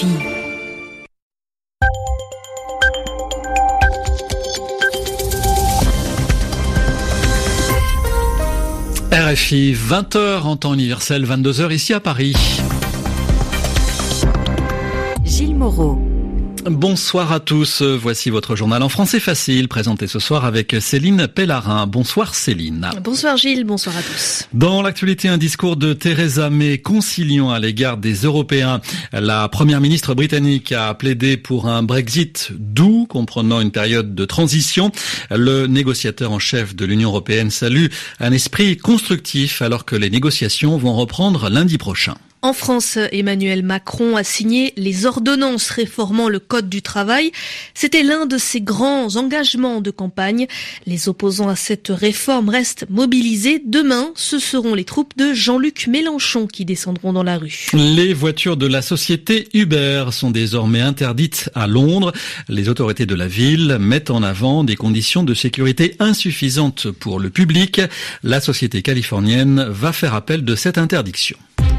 RFI. RFI, 20h en temps universel, 22h ici à Paris. Gilles Moreau. Bonsoir à tous, voici votre journal en français facile, présenté ce soir avec Céline Pellarin. Bonsoir Céline. Bonsoir Gilles, bonsoir à tous. Dans l'actualité, un discours de Theresa May conciliant à l'égard des Européens. La première ministre britannique a plaidé pour un Brexit doux, comprenant une période de transition. Le négociateur en chef de l'Union européenne salue un esprit constructif alors que les négociations vont reprendre lundi prochain. En France, Emmanuel Macron a signé les ordonnances réformant le Code du travail. C'était l'un de ses grands engagements de campagne. Les opposants à cette réforme restent mobilisés. Demain, ce seront les troupes de Jean-Luc Mélenchon qui descendront dans la rue. Les voitures de la société Uber sont désormais interdites à Londres. Les autorités de la ville mettent en avant des conditions de sécurité insuffisantes pour le public. La société californienne va faire appel de cette interdiction.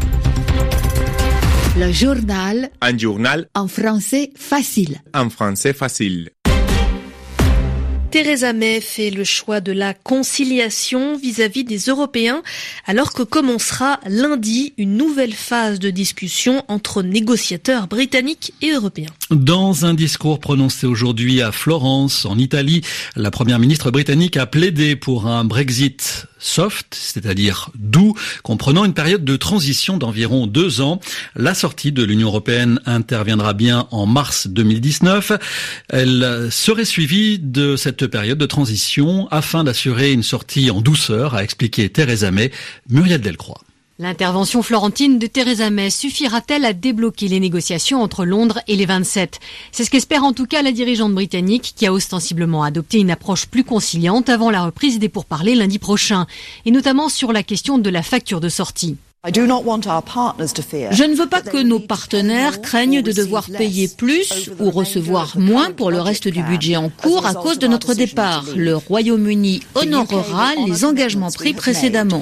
Le journal. Un journal. En français facile. En français facile. Theresa May fait le choix de la conciliation vis-à-vis des Européens, alors que commencera lundi une nouvelle phase de discussion entre négociateurs britanniques et européens. Dans un discours prononcé aujourd'hui à Florence, en Italie, la première ministre britannique a plaidé pour un Brexit soft, c'est-à-dire doux, comprenant une période de transition d'environ 2 ans. La sortie de l'Union européenne interviendra bien en mars 2019. Elle serait suivie de cette période de transition afin d'assurer une sortie en douceur, a expliqué Theresa May. Muriel Delcroix. L'intervention florentine de Theresa May suffira-t-elle à débloquer les négociations entre Londres et les 27 ? C'est ce qu'espère en tout cas la dirigeante britannique qui a ostensiblement adopté une approche plus conciliante avant la reprise des pourparlers lundi prochain, et notamment sur la question de la facture de sortie. Je ne veux pas que nos partenaires craignent de devoir payer plus ou recevoir moins pour le reste du budget en cours à cause de notre départ. Le Royaume-Uni honorera les engagements pris précédemment.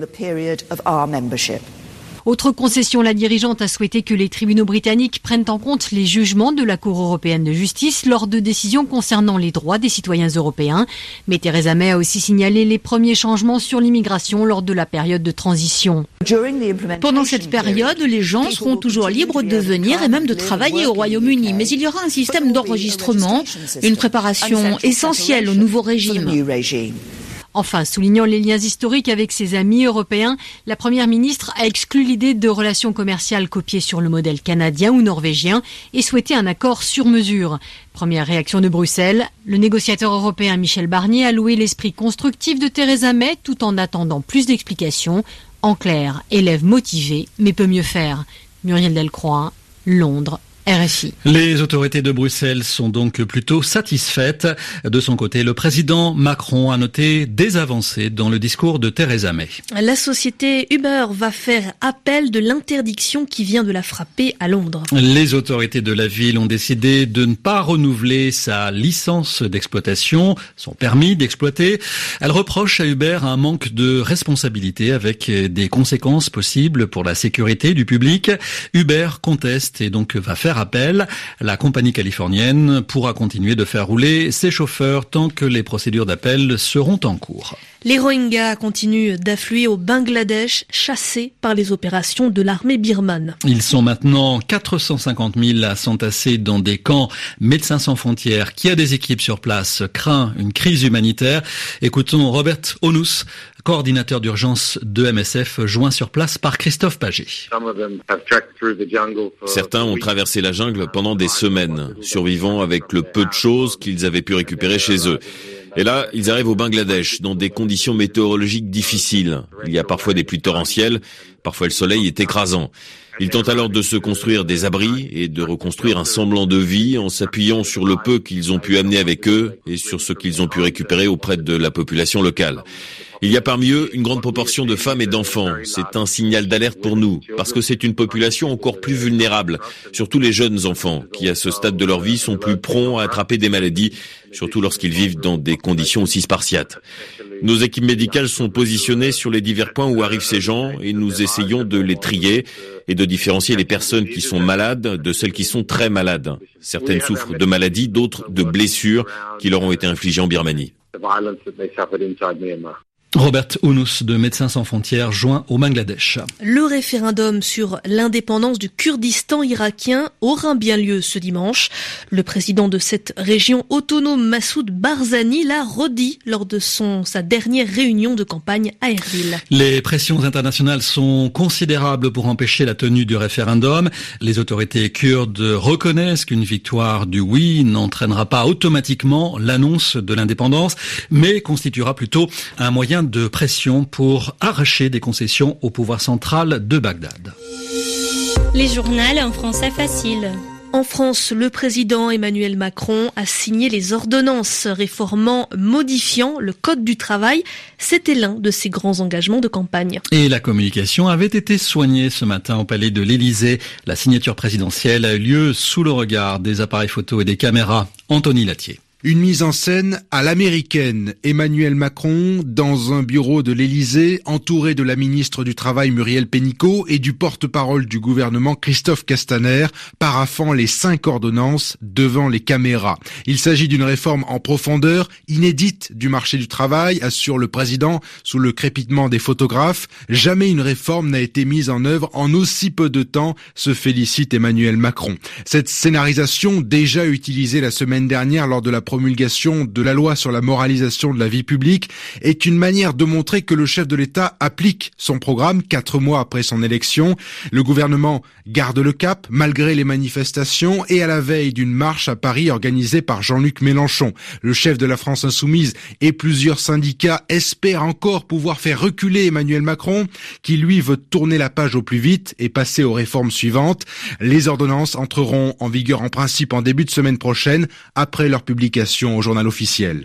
Autre concession, la dirigeante a souhaité que les tribunaux britanniques prennent en compte les jugements de la Cour européenne de justice lors de décisions concernant les droits des citoyens européens. Mais Theresa May a aussi signalé les premiers changements sur l'immigration lors de la période de transition. Pendant cette période, les gens seront toujours libres de venir et même de travailler au Royaume-Uni. Mais il y aura un système d'enregistrement, une préparation essentielle au nouveau régime. Enfin, soulignant les liens historiques avec ses amis européens, la première ministre a exclu l'idée de relations commerciales copiées sur le modèle canadien ou norvégien et souhaité un accord sur mesure. Première réaction de Bruxelles, le négociateur européen Michel Barnier a loué l'esprit constructif de Theresa May tout en attendant plus d'explications. En clair, élève motivé, mais peut mieux faire. Muriel Delcroix, Londres. RFI. Les autorités de Bruxelles sont donc plutôt satisfaites. De son côté, le président Macron a noté des avancées dans le discours de Theresa May. La société Uber va faire appel de l'interdiction qui vient de la frapper à Londres. Les autorités de la ville ont décidé de ne pas renouveler sa licence d'exploitation, son permis d'exploiter. Elle reproche à Uber un manque de responsabilité avec des conséquences possibles pour la sécurité du public. Uber conteste et donc va faire appel. La compagnie californienne pourra continuer de faire rouler ses chauffeurs tant que les procédures d'appel seront en cours. Les Rohingyas continuent d'affluer au Bangladesh, chassés par les opérations de l'armée birmane. Ils sont maintenant 450 000 à s'entasser dans des camps. Médecins sans frontières, qui a des équipes sur place, craint une crise humanitaire. Écoutons Robert Onus, coordinateur d'urgence de MSF, joint sur place par Christophe Paget. Certains ont traversé la jungle pendant des semaines, survivant avec le peu de choses qu'ils avaient pu récupérer chez eux. Et là, ils arrivent au Bangladesh, dans des conditions météorologiques difficiles. Il y a parfois des pluies torrentielles, parfois le soleil est écrasant. Ils tentent alors de se construire des abris et de reconstruire un semblant de vie en s'appuyant sur le peu qu'ils ont pu amener avec eux et sur ce qu'ils ont pu récupérer auprès de la population locale. Il y a parmi eux une grande proportion de femmes et d'enfants. C'est un signal d'alerte pour nous, parce que c'est une population encore plus vulnérable, surtout les jeunes enfants, qui à ce stade de leur vie sont plus prompts à attraper des maladies, surtout lorsqu'ils vivent dans des conditions aussi spartiates. Nos équipes médicales sont positionnées sur les divers points où arrivent ces gens et nous essayons de les trier et de différencier les personnes qui sont malades de celles qui sont très malades. Certaines souffrent de maladies, d'autres de blessures qui leur ont été infligées en Birmanie. Robert Ounous de Médecins sans frontières joint au Bangladesh. Le référendum sur l'indépendance du Kurdistan irakien aura bien lieu ce dimanche. Le président de cette région autonome, Massoud Barzani, l'a redit lors de sa dernière réunion de campagne à Erbil. Les pressions internationales sont considérables pour empêcher la tenue du référendum. Les autorités kurdes reconnaissent qu'une victoire du oui n'entraînera pas automatiquement l'annonce de l'indépendance, mais constituera plutôt un moyen de pression pour arracher des concessions au pouvoir central de Bagdad. Les journaux en français facile. En France, le président Emmanuel Macron a signé les ordonnances réformant, modifiant le code du travail. C'était l'un de ses grands engagements de campagne. Et la communication avait été soignée ce matin au palais de l'Élysée. La signature présidentielle a eu lieu sous le regard des appareils photo et des caméras. Anthony Lattier. Une mise en scène à l'américaine. Emmanuel Macron dans un bureau de l'Élysée, entouré de la ministre du Travail Muriel Pénicaud et du porte-parole du gouvernement Christophe Castaner, paraphant les 5 ordonnances devant les caméras. Il s'agit d'une réforme en profondeur, inédite du marché du travail, assure le président sous le crépitement des photographes. Jamais une réforme n'a été mise en œuvre en aussi peu de temps, se félicite Emmanuel Macron. Cette scénarisation, déjà utilisée la semaine dernière lors de la promulgation de la loi sur la moralisation de la vie publique, est une manière de montrer que le chef de l'État applique son programme 4 mois après son élection. Le gouvernement garde le cap malgré les manifestations et à la veille d'une marche à Paris organisée par Jean-Luc Mélenchon. Le chef de la France Insoumise et plusieurs syndicats espèrent encore pouvoir faire reculer Emmanuel Macron, qui lui veut tourner la page au plus vite et passer aux réformes suivantes. Les ordonnances entreront en vigueur en principe en début de semaine prochaine, après leur publication au journal officiel.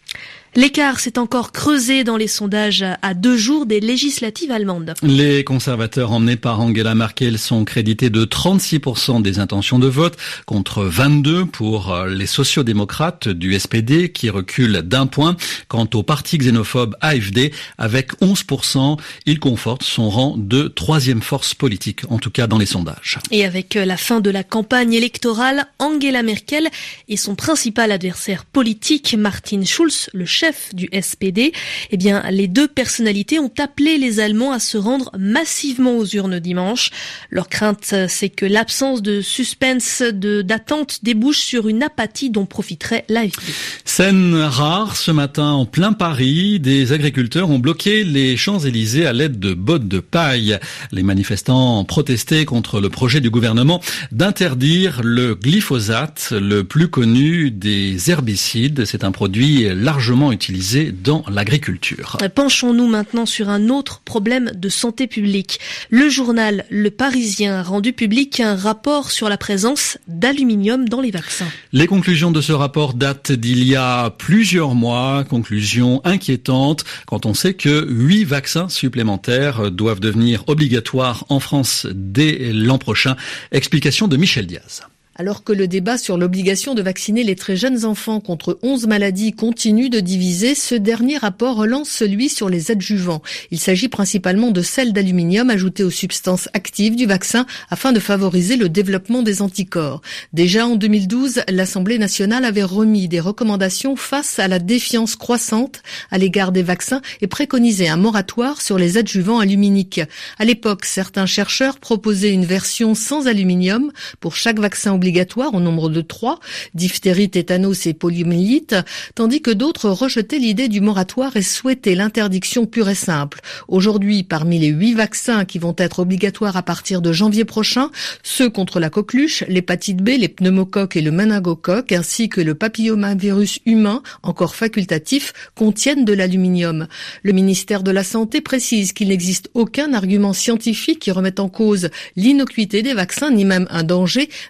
L'écart s'est encore creusé dans les sondages à 2 jours des législatives allemandes. Les conservateurs emmenés par Angela Merkel sont crédités de 36% des intentions de vote contre 22% pour les sociodémocrates du SPD qui reculent d'1 point. Quant au parti xénophobe AfD, avec 11%, il conforte son rang de 3e force politique, en tout cas dans les sondages. Et avec la fin de la campagne électorale, Angela Merkel et son principal adversaire politique, Martin Schulz, le chef du SPD, eh bien, les 2 personnalités ont appelé les Allemands à se rendre massivement aux urnes dimanche. Leur crainte, c'est que l'absence de suspense, d'attente débouche sur une apathie dont profiterait l'AfD. Scène rare ce matin en plein Paris, des agriculteurs ont bloqué les Champs-Élysées à l'aide de bottes de paille. Les manifestants protestaient contre le projet du gouvernement d'interdire le glyphosate, le plus connu des herbicides. C'est un produit largement utilisé dans l'agriculture. Penchons-nous maintenant sur un autre problème de santé publique. Le journal Le Parisien a rendu public un rapport sur la présence d'aluminium dans les vaccins. Les conclusions de ce rapport datent d'il y a plusieurs mois, conclusions inquiétantes quand on sait que 8 vaccins supplémentaires doivent devenir obligatoires en France dès l'an prochain. Explication de Michel Diaz. Alors que le débat sur l'obligation de vacciner les très jeunes enfants contre 11 maladies continue de diviser, ce dernier rapport relance celui sur les adjuvants. Il s'agit principalement de sel d'aluminium ajouté aux substances actives du vaccin afin de favoriser le développement des anticorps. Déjà en 2012, l'Assemblée nationale avait remis des recommandations face à la défiance croissante à l'égard des vaccins et préconisé un moratoire sur les adjuvants aluminiques. À l'époque, certains chercheurs proposaient une version sans aluminium pour chaque vaccin obligatoire au nombre de 3, diphtérie, tétanos et poliomyélite, tandis que d'autres rejetaient l'idée du moratoire et souhaitaient l'interdiction pure et simple. Aujourd'hui, parmi les 8 vaccins qui vont être obligatoires à partir de janvier prochain, ceux contre la coqueluche, l'hépatite B, les pneumocoques et le méningocoque, ainsi que le papillomavirus humain, encore facultatif, contiennent de l'aluminium. Le ministère de la Santé précise qu'il n'existe aucun argument scientifique qui remette en cause l'innocuité des vaccins, ni même un danger, mais admet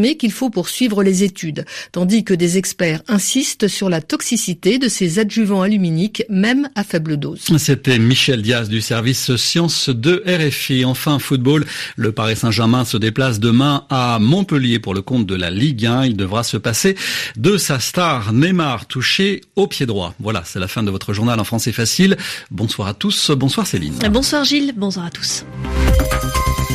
confirmé qu'il faut poursuivre les études, tandis que des experts insistent sur la toxicité de ces adjuvants aluminiques, même à faible dose. C'était Michel Diaz du service Sciences de RFI. Enfin, football, le Paris Saint-Germain se déplace demain à Montpellier pour le compte de la Ligue 1. Il devra se passer de sa star Neymar, touché au pied droit. Voilà, c'est la fin de votre journal en français facile. Bonsoir à tous, bonsoir Céline. Bonsoir Gilles, bonsoir à tous.